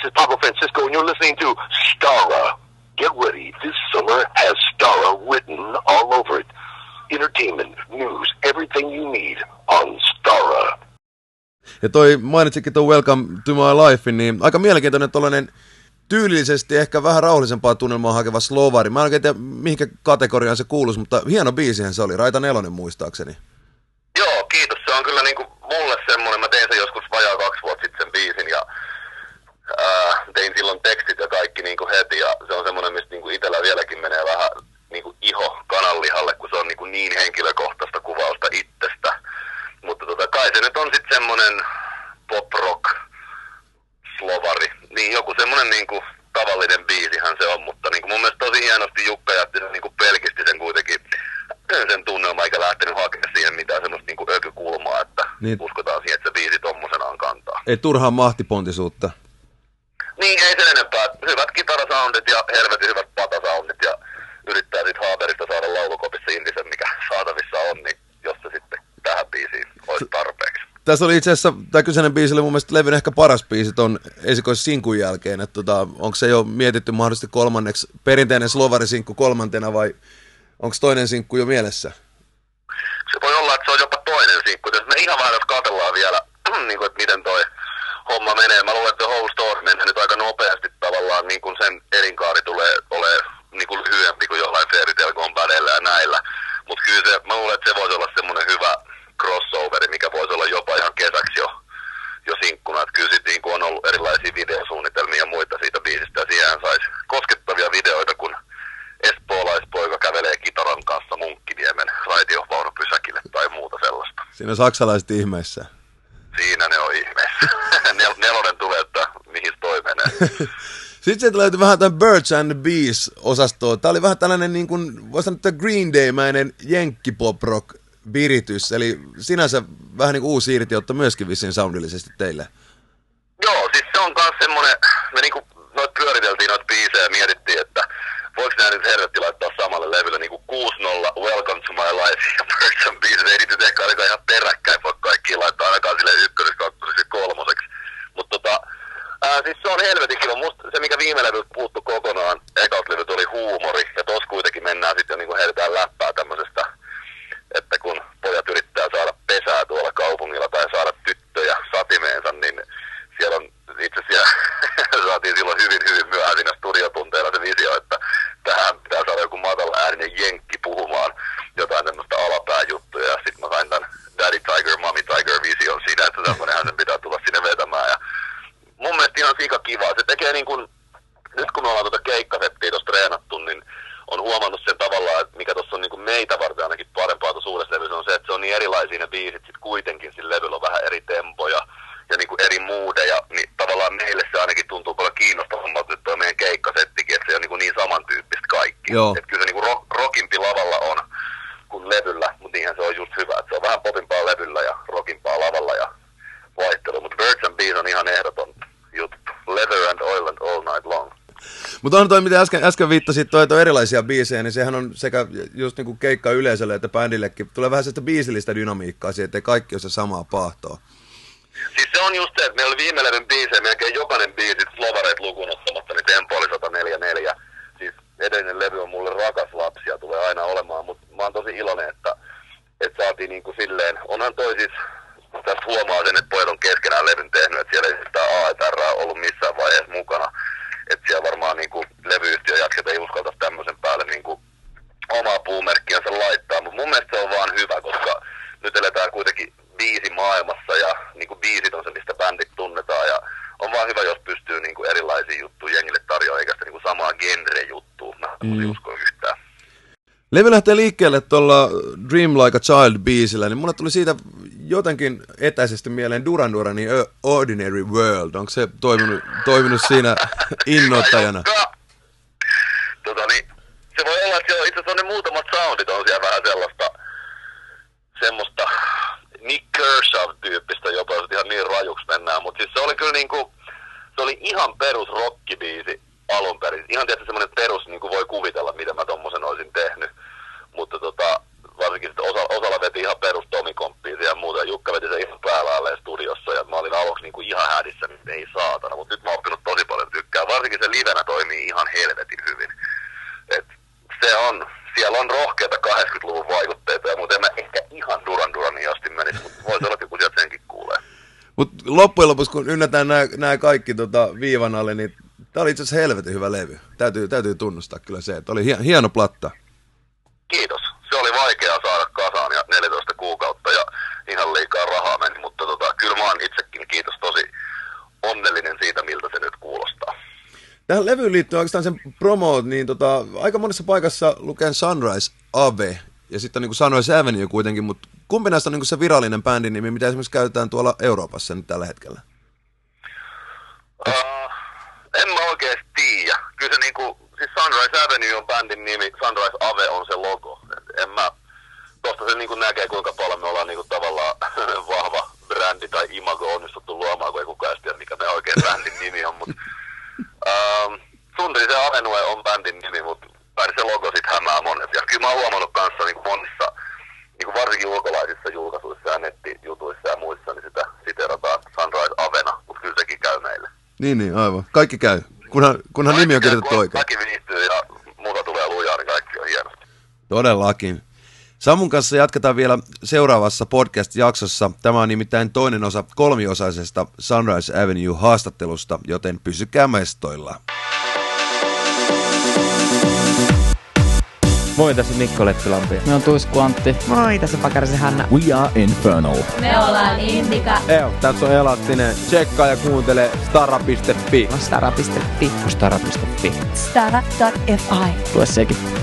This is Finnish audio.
is Pablo Francisco, and you're listening to Stara. Get ready. This summer has Stara written all over it. Entertainment, news, everything you need on Stara. Ja mainitsikin tuon Welcome to My Life, niin aika mielenkiintoinen tollainen tyylillisesti ehkä vähän rauhallisempaa tunnelmaa hakeva slovari. Mä en oikein tiedä, mihinkä kategoriaan se kuuluisi, mutta hieno biisihän se oli. Raita Nelonen muistaakseni. Joo, kiitos. Se on kyllä niinku mulle semmoinen. Mä tein sen joskus vajaa 2 vuotta sitten sen biisin ja tein silloin tekstit ja kaikki niinku heti. Ja se on semmoinen, mistä niinku itsellä vieläkin menee vähän niinku iho kananlihalle, kun se on niinku niin henkilökohtaista kuvausta itsestä. Mutta kai se nyt on sitten semmoinen pop-rock slovari. Niin joku semmoinen niinku tavallinen biisihän se on, mutta niinku mun mielestä tosi hienosti Jukka Jättinen niinku pelkisti sen kuitenkin sen tunnelma, eikä lähtenyt hakemaan siihen mitään semmoista niinku ökykulmaa, että niin. Uskotaan siihen, että se biisi tommosenaan kantaa. Ei turhaan mahtipontisuutta. Niin, ei sen enempää. Hyvät kitarasoundit ja helvetin hyvät patasoundit ja yrittää sit haaperista saada laulukopissa irti sen, mikä saatavissa on, niin jos se sitten tähän biisiin olisi tarpeeksi. Tässä oli itse asiassa, tämä kyseinen biisi oli mun mielestä levyn ehkä paras biisi ton esikoissinkun jälkeen, että onko se jo mietitty mahdollisesti kolmanneksi, perinteinen slovarisinkku kolmantena vai onko toinen sinkku jo mielessä? Se voi olla, että se on jopa toinen sinkku. Me ihan vähän jos katsellaan vielä, niin kuin, että miten toi homma menee. Mä luulen, että se whole story menee nyt aika nopeasti tavallaan, niin kuin sen elinkaari tulee niin kuin lyhyempi kuin jollain Fairy Tail Combateilla ja näillä. Mutta kyllä se, mä luulen, että se voisi olla semmoinen hyvä crossoveri, mikä voisi olla jopa ihan kesäksi jo sinkkuna. Että kyllä sitten niin on ollut erilaisia videosuunnitelmia ja muita siitä biisistä, ja siihen saisi koskettavia videoita, kun espoolaispoika kävelee kitaran kanssa Munkkiniemen raitiovaunupysäkille tai muuta sellaista. Siinä on saksalaiset ihmeissä. Siinä ne on ihmeissä. Nelonen tulee, että mihin toi menee. Sitten sieltä löytyi vähän tämän Birds and the Bees-osastoa. Tämä oli vähän tällainen, niin kuin, voisi sanoa, Green Day-mäinen jenkkipop-rock-viritys. Eli sinänsä vähän niin kuin uusi irtiotto myöskin vissiin soundillisesti teille. Joo, siis se on myös semmoinen, me niinku noit pyöriteltiin noita biisejä ja mietittiin, että voiko nämä nyt helvetti laittaa samalle levylle niin kuin 6-0, Welcome to My Life ja Birds and Bees. Ei niitä ehkä ainakaan ihan peräkkäin voi kaikkiin laittaa ainakaan sille 1, 2, 3. Mutta siis se on helvetin kiva. Musta se, mikä viime levyltä puuttu kokonaan, ekat levyt oli huumori. Ja tos kuitenkin mennään sitten jo niin kuin heitetään läppää tämmöisestä, että kun pojat yrittää saada pesää tuolla kaupungilla tai saada tyttöjä satimeensa, niin siellä on itse asiassa saatiin silloin hyvin myöhään siinä studiotunteilla se visio, että tähän pitää saada joku matala-ääninen jenkki puhumaan jotain tämmöistä alapääjuttuja. Ja sitten mä sain tämän Daddy Tiger, Mommy Tiger vision siinä, että semmoinenhan sen pitää tulla sinne vetämään. Ja mun mielestä ihan sika kivaa. Se tekee niin kuin, nyt kun me ollaan tuota keikkasettiä tuossa treenattu, niin on huomannut sen tavallaan, että mikä tuossa on niin kuin meitä varten ainakin parempaa tuossa uudessa levyssä on se, että se on niin erilaisia ne biisit, sit kuitenkin sillä levyllä on vähän eri tempoja ja niin kuin eri moodeja, niin tavallaan meille se ainakin tuntuu paljon kiinnostavammalta nyt tuo meidän keikkasettikin, että se on niin samantyyppistä kaikki. Että kyllä se niin kuin rockimpi lavalla on kuin levyllä, mutta niinhän se on just hyvä, että se on vähän popimpaa levyllä ja rockimpaa lavalla ja vaihtelu, mutta Birds and Bees on ihan ehdoton juttu. Leather and Oil and All Night Long. Mutta on toi, mitä äsken viittasit, toi erilaisia biisejä, niin sehän on sekä just niinku keikka yleisölle että bändillekin. Tulee vähän sellaista biisillistä dynamiikkaa siihen, ettei kaikki ole se samaa paahtoa. Siis se on just se, että meillä oli viime levyn biisejä, melkein jokainen biisi, slovareet lukuun ottamatta, niin tempo oli 104. Siis edellinen levy on mulle rakas lapsi ja tulee aina olemaan, mutta mä oon tosi iloinen, että saatiin niinku silleen, onhan toi siis, tässä huomaa sen, että pojat on keskenään levyn tehnyt, että siellä ei sitä AETR ollut missään vaiheessa mukana. Että siellä varmaan niinku levyyhtiö jatket ei uskaltaisi tämmöisen päälle niinku omaa puumerkkiänsä laittaa, mutta mun mielestä se on vaan hyvä, koska nyt eletään kuitenkin biisimaailmassa ja niinku biisit on se, mistä bändit tunnetaan ja on vaan hyvä, jos pystyy niinku erilaisia juttuja jengille tarjoamaan, eikä sitä niinku samaa genre-juttua, mä en usko yhtään. Levy lähtee liikkeelle tuolla Dream Like a Child-biisillä, niin mulle tuli siitä jotenkin etäisesti mieleen Duran Duranin Ordinary World. Onko se toiminut siinä innoittajana? Se voi olla, että itse asiassa ne muutamat soundit on siellä vähän semmoista Nick Kershaw-tyyppistä jopa, jos ihan niin rajuksi mennään. Mutta siis se oli kyllä niinku, se oli ihan perus rockibiisi alun perin. Ihan tietysti semmoinen perus, niin kuin voi kuvitella, mitä mä tommosen olisin tehnyt. Mutta varsinkin osalla veti ihan perus Tomi-komppiisi ja muuta. Ja Jukka veti sen ihan päällä alleen studiossa. Ja mä olin aluksi niin kuin ihan hädissä, niin ei saatana. Mutta nyt mä oon oppinut tosi paljon livenä toimii ihan helvetin hyvin. Et siellä on rohkeita 80-luvun vaikutteita, mutta en mä ehkä ihan Duran asti menisi, mutta voisi olla, että joku sieltä senkin kuulee. Mutta loppujen lopuksi, kun ynnätään nämä kaikki viivan alle, niin tämä oli itse asiassa helvetin hyvä levy. Täytyy tunnustaa kyllä se, että oli hieno platta. Kiitos. Se oli vaikea saada kasaan ja 14 kuukautta ja ihan liikaa rahaa meni, mutta kyllä mä oon itsekin, kiitos, tosi onnellinen siitä, miltä se nyt kuulostaa. Tähän levyyn liittyy oikeastaan sen promoot, niin aika monessa paikassa lukee Sunrise Ave ja sitten on niin kuin Sunrise Avenue kuitenkin, mutta kumpi näistä on niin kuin se virallinen bändin nimi, mitä esimerkiksi käytetään tuolla Euroopassa nyt tällä hetkellä? En mä oikeesti tiedä. Kyllä se siis Sunrise Avenue on bändin nimi, Sunrise Ave on se logo. Tosta se näkee, kuinka paljon me ollaan tavallaan vahva brändi tai imago onnistuttu luomaan, kun ei kukaan tiedä, mikä me oikein bändin nimi on. Sunrise Avenue on bändin nimi, mutta se logo sit hämää monet. Ja kyllä mä oon huomannut kanssa monissa, varsinkin ulkolaisissa julkaisuissa ja nettijutuissa ja muissa, niin sitä siterataan Sunrise Avena, mutta kyllä sekin käy meille. Niin, aivan. Kaikki käy. Kunhan nimi on kirjoitettu oikein. Kaikki viihtyy ja muuta tulee lujaa, niin kaikki on hienosti. Todellakin. Samun kanssa jatketaan vielä seuraavassa podcast-jaksossa. Tämä on nimittäin toinen osa kolmiosaisesta Sunrise Avenue-haastattelusta, joten pysykää mestoilla. Moi, tässä on Mikko Lettilampi. Me on Tuisku Antti. Moi, tässä on Pakarisen Hanna. We are Infernal. Me ollaan Indica. Tässä on Elastinen. Tsekkaa ja kuuntele stara.fi. Stara.fi. Stara.fi. Stara.fi. Lue sekin.